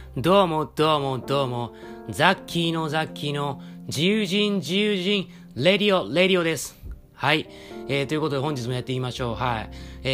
どうも、ザッキーの自由人、レディオです。はい。ということで本日もやっていきましょう。はい。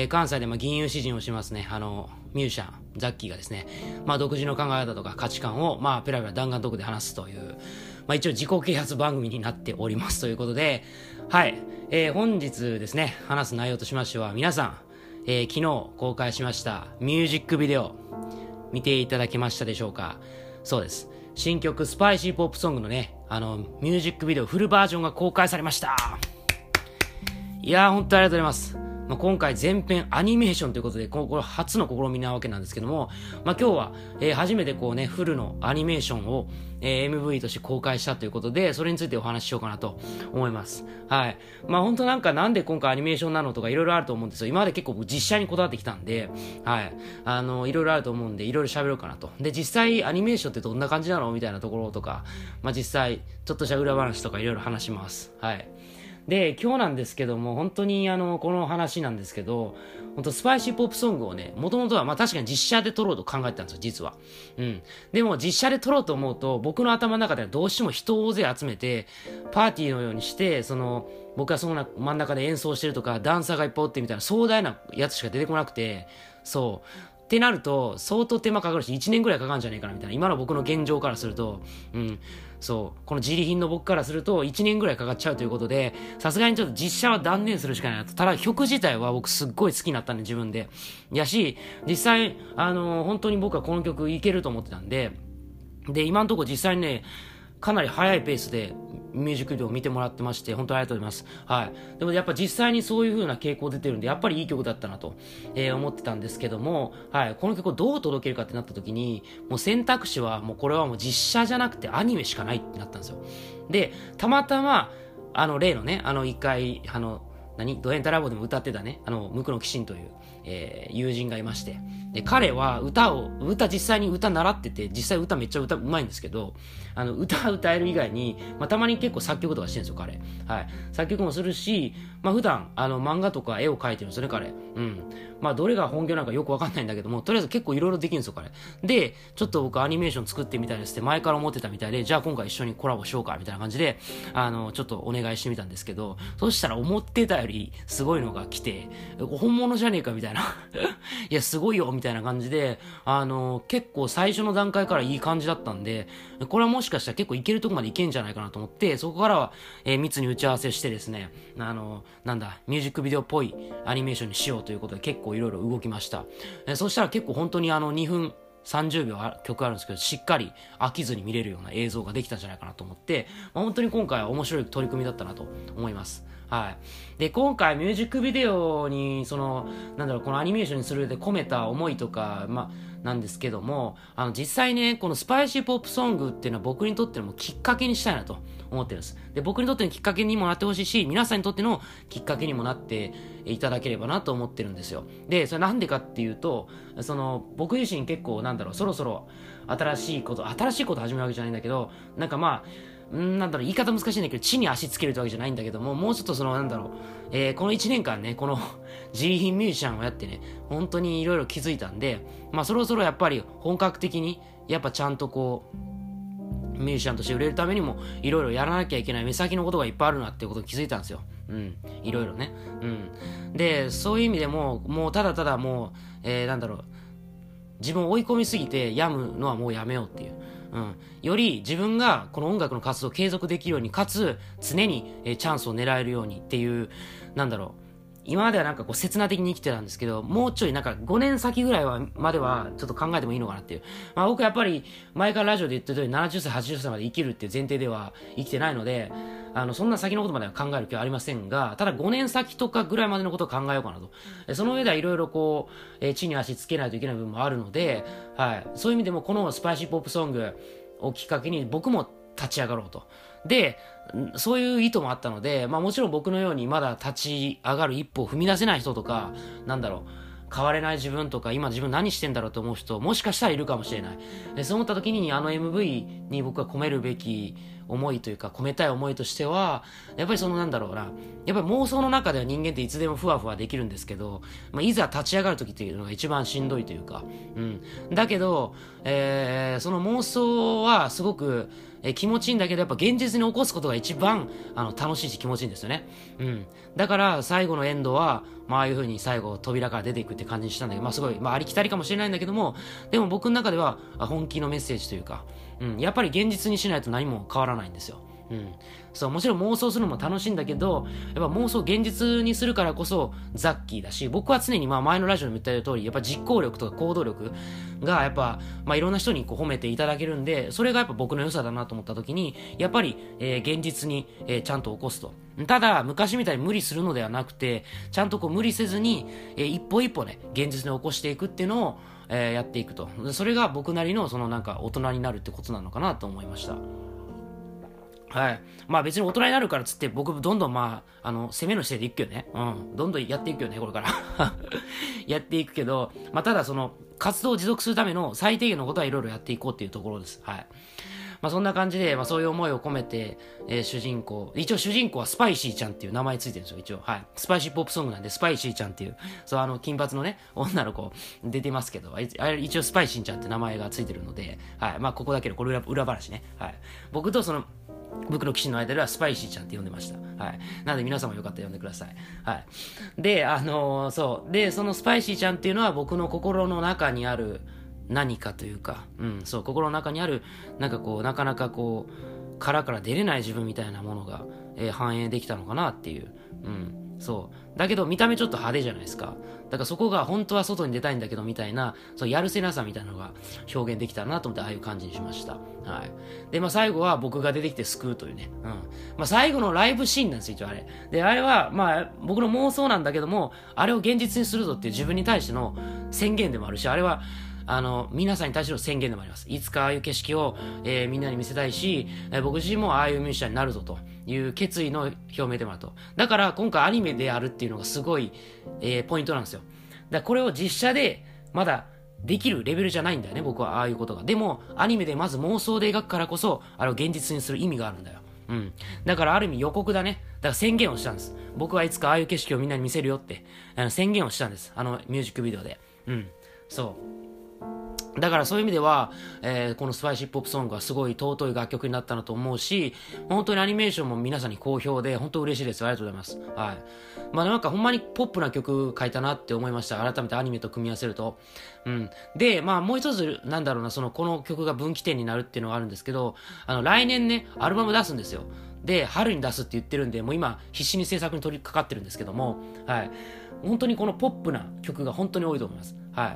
関西で銀融詩人をしますね。ミュージシャン、ザッキーがですね、独自の考え方とか価値観を、ペラペラ弾丸トークで話すという、一応自己啓発番組になっておりますということで、はい。本日ですね、話す内容としましては、皆さん、昨日公開しましたミュージックビデオ、見ていただけましたでしょうか。そうです。新曲スパイシーポップソングのね、ミュージックビデオフルバージョンが公開されました。いやー、本当にありがとうございます。今回全編アニメーションということで、これ初の試みなわけなんですけども、今日は、初めてフルのアニメーションを、MV として公開したということで、それについてお話ししようかなと思います。はい。本当なんで今回アニメーションなのとかいろいろあると思うんですよ。今まで結構実写にこだわってきたんで、はい。いろいろあると思うんで、いろいろ喋ろうかなと。で、実際アニメーションってどんな感じなのみたいなところとか、実際、ちょっとした裏話とかいろいろ話します。はい。で、今日なんですけども、本当にこの話なんですけど、本当スパイシーポップソングをね、もともとは確かに実写で撮ろうと考えてたんですよ、実は。でも実写で撮ろうと思うと、僕の頭の中ではどうしても人を大勢集めて、パーティーのようにして、僕がその真ん中で演奏してるとか、ダンサーがいっぱいおってみたいな壮大なやつしか出てこなくて、そう。ってなると、相当手間かかるし、1年ぐらいかかるんじゃねえかなみたいな。今の僕の現状からすると、この自利品の僕からすると、1年ぐらいかかっちゃうということで、さすがにちょっと実写は断念するしかないなと。ただ、曲自体は僕すっごい好きになったんで、自分で。やし、実際、本当に僕はこの曲いけると思ってたんで、で、今のところ実際にね、かなり速いペースでミュージックビデオを見てもらってまして、本当にありがとうございます。はい。でもやっぱ実際にそういう風な傾向出てるんで、やっぱりいい曲だったなと、思ってたんですけども、はい。この曲をどう届けるかってなった時に、もう選択肢はこれはもう実写じゃなくてアニメしかないってなったんですよ。で、たまたま、例のね、一回、ドエンタラボでも歌ってたね、無垢の騎士という、友人がいまして、で、彼は実際に歌習ってて、実際歌めっちゃうまいんですけど、歌える以外に、たまに結構作曲とかしてるんですよ、彼。はい。作曲もするし、普段、漫画とか絵を描いてるんですよね、彼。どれが本業なんかよくわかんないんだけども、とりあえず結構いろいろできるんですよ、彼。で、ちょっと僕アニメーション作ってみたいですって前から思ってたみたいで、じゃあ今回一緒にコラボしようか、みたいな感じで、ちょっとお願いしてみたんですけど、そしたら思ってたよりすごいのが来て、本物じゃねえか、みたいな。いや、すごいよ、みたいな感じで、結構最初の段階からいい感じだったんで、これはもしかしたら結構いけるとこまでいけんじゃないかなと思って、そこからは、密に打ち合わせしてですね、ミュージックビデオっぽいアニメーションにしようということで結構いろいろ動きました。そしたら結構本当に2分30秒曲あるんですけど、しっかり飽きずに見れるような映像ができたんじゃないかなと思って、本当に今回は面白い取り組みだったなと思います。はい。で、今回ミュージックビデオに、このアニメーションにする上で込めた思いとか、なんですけども、実際ね、このスパイシーポップソングっていうのは僕にとってのきっかけにしたいなと思ってるんです。で、僕にとってのきっかけにもなってほしいし、皆さんにとってのきっかけにもなっていただければなと思ってるんですよ。で、それなんでかっていうと、僕自身結構そろそろ新しいこと始めるわけじゃないんだけど、言い方難しいんだけど、地に足つけるってわけじゃないんだけども、もうちょっとこの1年間ね、この自利品ミュージシャンをやってね、本当にいろいろ気づいたんで、そろそろやっぱり本格的に、やっぱちゃんとミュージシャンとして売れるためにも、いろいろやらなきゃいけない目先のことがいっぱいあるなっていうことに気づいたんですよ。いろいろね。で、そういう意味でもうただただ自分を追い込みすぎて病むのはもうやめようっていう。より自分がこの音楽の活動を継続できるように、かつ常にチャンスを狙えるようにっていう、今までは刹那的に生きてたんですけど、もうちょい5年先ぐらいまではちょっと考えてもいいのかなっていう。僕やっぱり前からラジオで言ってる通り70歳、80歳まで生きるっていう前提では生きてないので、そんな先のことまでは考える気はありませんが、ただ5年先とかぐらいまでのことを考えようかなと。その上ではいろいろ地に足つけないといけない部分もあるので、はい。そういう意味でもこのスパイシーポップソングをきっかけに僕も立ち上がろうと。で、そういう意図もあったので、もちろん僕のようにまだ立ち上がる一歩を踏み出せない人とか、変われない自分とか、今自分何してんだろうと思う人、もしかしたらいるかもしれない。そう思った時に、MV に僕が込めるべき思いというか、込めたい思いとしては、やっぱりそのなんだろうな、やっぱり妄想の中では人間っていつでもふわふわできるんですけど、いざ立ち上がる時っていうのが一番しんどいというか、だけど、その妄想はすごく、気持ちいいんだけど、やっぱ現実に起こすことが一番楽しいし気持ちいいんですよね。だから最後のエンドは、ああいう風に最後扉から出ていくって感じにしたんだけど、すごい、ありきたりかもしれないんだけども、でも僕の中では本気のメッセージというか、やっぱり現実にしないと何も変わらないんですよ。そう、もちろん妄想するのも楽しいんだけど、やっぱ妄想現実にするからこそザッキーだし、僕は常に前のラジオでも言った通り、やっぱ実行力とか行動力がやっぱ、いろんな人に褒めていただけるんで、それがやっぱ僕の良さだなと思った時に、やっぱり、現実に、ちゃんと起こすと。ただ、昔みたいに無理するのではなくて、ちゃんと無理せずに、一歩一歩ね、現実に起こしていくっていうのを、やっていくと。それが僕なりの、大人になるってことなのかなと思いました。はい。別に大人になるからっつって僕どんどん攻めの姿勢でいくけどね。どんどんやっていくよね、これから。やっていくけど、ただ活動を持続するための最低限のことはいろいろやっていこうっていうところです。はい。そんな感じで、そういう思いを込めて、一応主人公はスパイシーちゃんっていう名前ついてるんですよ、一応。はい。スパイシーポップソングなんで、スパイシーちゃんっていう、金髪のね、女の子出てますけど、一応スパイシーちゃんって名前がついてるので、はい。ここだけの、これ裏話ね。はい。僕と僕の騎士の間ではスパイシーちゃんって呼んでました。はい。なので皆様よかったら呼んでください。はい。で、そう。で、そのスパイシーちゃんっていうのは僕の心の中にある何かというか、そう、心の中にある、なかなか殻から出れない自分みたいなものが、反映できたのかなっていう。そう。だけど見た目ちょっと派手じゃないですか。だからそこが本当は外に出たいんだけどみたいな、やるせなさみたいなのが表現できたなと思ってああいう感じにしました。はい。で、最後は僕が出てきて救うというね。最後のライブシーンなんですよ、一応あれ。で、あれは、僕の妄想なんだけども、あれを現実にするぞっていう自分に対しての宣言でもあるし、あれは、皆さんに対しての宣言でもあります。いつかああいう景色を、みんなに見せたいし、僕自身もああいうミュージシャンになるぞという決意の表明でもあると。だから今回アニメであるっていうのがすごい、ポイントなんですよ。だからこれを実写でまだできるレベルじゃないんだよね、僕はああいうことが。でも、アニメでまず妄想で描くからこそ、あれを現実にする意味があるんだよ。だからある意味予告だね。だから宣言をしたんです。僕はいつかああいう景色をみんなに見せるよって、宣言をしたんです。ミュージックビデオで。そう。だからそういう意味では、このスパイシーポップソングはすごい尊い楽曲になったなと思うし、本当にアニメーションも皆さんに好評で、本当嬉しいです。ありがとうございます。はい。ほんまにポップな曲書いたなって思いました。改めてアニメと組み合わせると。で、もう一つ、この曲が分岐点になるっていうのがあるんですけど、来年ね、アルバム出すんですよ。で、春に出すって言ってるんで、もう今、必死に制作に取り掛かってるんですけども、はい。本当にこのポップな曲が本当に多いと思います。はい。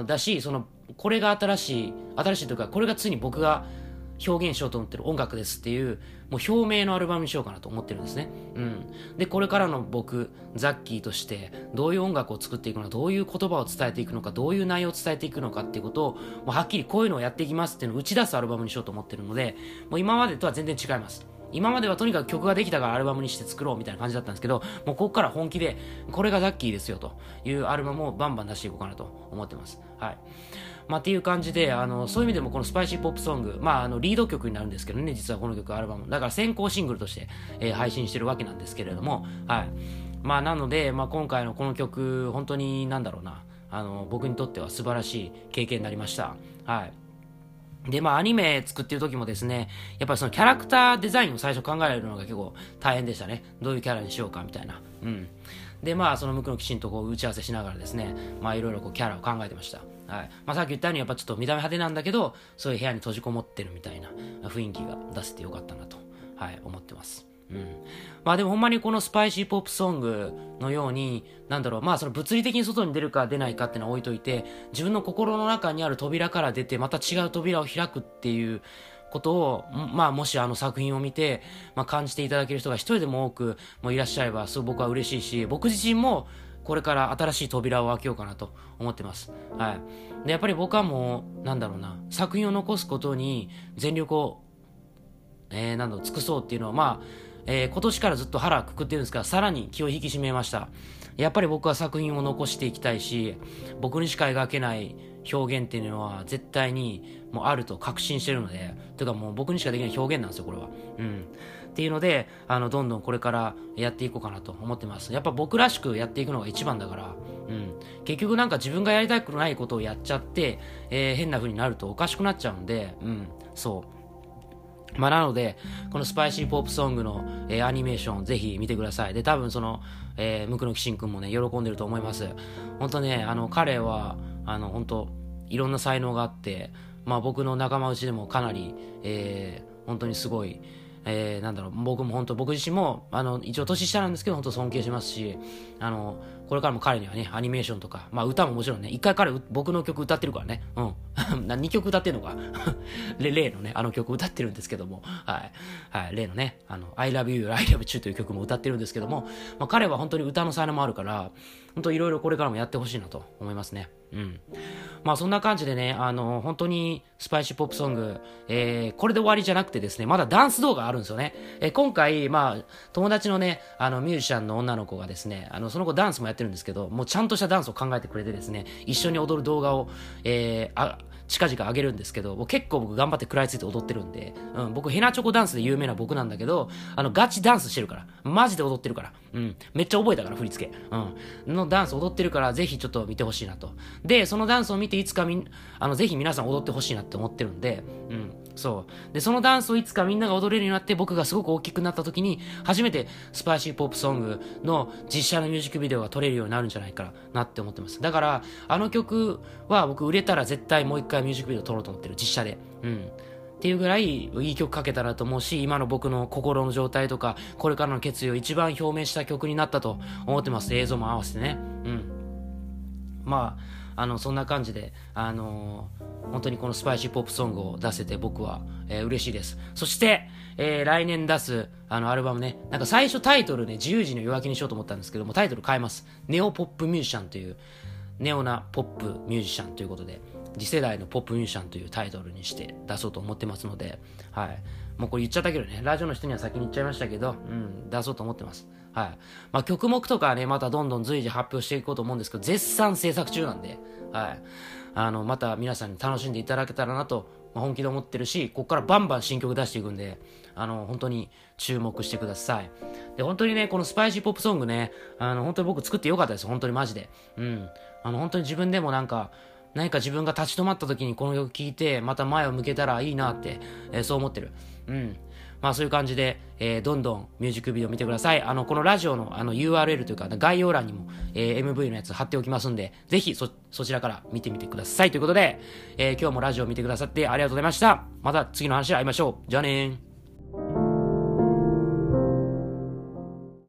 だし、これが新しいというか、これがついに僕が表現しようと思ってる音楽ですっていう、もう表明のアルバムにしようかなと思ってるんですね。で、これからの僕、ザッキーとして、どういう音楽を作っていくのか、どういう言葉を伝えていくのか、どういう内容を伝えていくのかっていうことを、もうはっきりこういうのをやっていきますっていうのを打ち出すアルバムにしようと思ってるので、もう今までとは全然違います。今まではとにかく曲ができたからアルバムにして作ろうみたいな感じだったんですけど、もうここから本気で、これがザッキーですよというアルバムをバンバン出していこうかなと思ってます。はい。っていう感じで、そういう意味でもこのスパイシーポップソング、リード曲になるんですけどね、実はこの曲アルバム。だから先行シングルとして、配信してるわけなんですけれども、はい。なので、今回のこの曲、本当に僕にとっては素晴らしい経験になりました。はい。で、アニメ作ってる時もですね、やっぱりそのキャラクターデザインを最初考えるのが結構大変でしたね。どういうキャラにしようかみたいな。で、その向こうのきちんと打ち合わせしながらですね、いろいろキャラを考えてました。はい。さっき言ったようにやっぱちょっと見た目派手なんだけど、そういう部屋に閉じこもってるみたいな雰囲気が出せてよかったなと、はい、思ってます。でもほんまにこのスパイシーポップソングのように、その物理的に外に出るか出ないかっていうのは置いといて、自分の心の中にある扉から出て、また違う扉を開くっていうことを、もし作品を見て、感じていただける人が一人でも多くいらっしゃれば、僕は嬉しいし、僕自身もこれから新しい扉を開けようかなと思ってます。はい。で、やっぱり僕はもう、作品を残すことに全力を、尽くそうっていうのは、今年からずっと腹くくってるんですが、さらに気を引き締めました。やっぱり僕は作品を残していきたいし、僕にしか描けない表現っていうのは絶対にもうあると確信してるので、というかもう僕にしかできない表現なんですよ、これは。っていうので、どんどんこれからやっていこうかなと思ってます。やっぱ僕らしくやっていくのが一番だから、結局なんか自分がやりたくないことをやっちゃって、変な風になるとおかしくなっちゃうんで、そう。なので、このスパイシーポップソングの、アニメーションぜひ見てください。で、多分その、ムクノキシンくんもね、喜んでると思います。本当ね、彼は、本当いろんな才能があって、僕の仲間内でもかなり、本当にすごい、僕も本当、僕自身も、一応年下なんですけど、本当尊敬しますし、これからも彼にはね、アニメーションとか、歌ももちろんね、一回僕の曲歌ってるからね、2曲歌ってるのか例のね、曲歌ってるんですけども、例のね、I love you, I love you という曲も歌ってるんですけども、彼は本当に歌の才能もあるから、本当いろいろこれからもやってほしいなと思いますね。そんな感じでね、本当にスパイシーポップソング、これで終わりじゃなくてですね、まだダンス動画あるんですよね。今回、友達のね、ミュージシャンの女の子がですね、その子ダンスもやってるんですけど、もうちゃんとしたダンスを考えてくれてですね、一緒に踊る動画を、近々上げるんですけど、結構僕頑張って食らいついて踊ってるんで、僕ヘナチョコダンスで有名な僕なんだけど、ガチダンスしてるから、マジで踊ってるから、めっちゃ覚えたから振り付け、のダンス踊ってるから、ぜひちょっと見てほしいなと。で、そのダンスを見ていつかぜひ皆さん踊ってほしいなって思ってるんで、そう。で、そのダンスをいつかみんなが踊れるようになって、僕がすごく大きくなった時に、初めてスパイシーポップソングの実写のミュージックビデオが撮れるようになるんじゃないかなって思ってます。だから、曲は僕売れたら絶対もう一回ミュージックビデオ撮ろうと思ってる、実写で。っていうぐらいいい曲書けたらと思うし、今の僕の心の状態とか、これからの決意を一番表明した曲になったと思ってます。映像も合わせてね。そんな感じで、本当にこのスパイシーポップソングを出せて僕は、嬉しいです。そして、来年出す、アルバムね、なんか最初タイトルね、自由時の夜明けにしようと思ったんですけども、タイトル変えます。ネオポップミュージシャンという、ネオなポップミュージシャンということで、次世代のポップミュージシャンというタイトルにして出そうと思ってますので、もうこれ言っちゃったけどね、ラジオの人には先に言っちゃいましたけど、出そうと思ってます。曲目とかはね、またどんどん随時発表していこうと思うんですけど、絶賛制作中なんで、また皆さんに楽しんでいただけたらなと、本気で思ってるし、ここからバンバン新曲出していくんで、本当に注目してください。で、本当にね、このスパイシーポップソングね、本当に僕作ってよかったです。本当にマジで。本当に自分でも何か自分が立ち止まった時にこの曲聴いて、また前を向けたらいいなって、そう思ってる。そういう感じで、どんどんミュージックビデオ見てください。このラジオのURL というか、概要欄にも、MV のやつ貼っておきますんで、ぜひそちらから見てみてください。ということで、今日もラジオ見てくださってありがとうございました。また次の話で会いましょう。じゃあねー。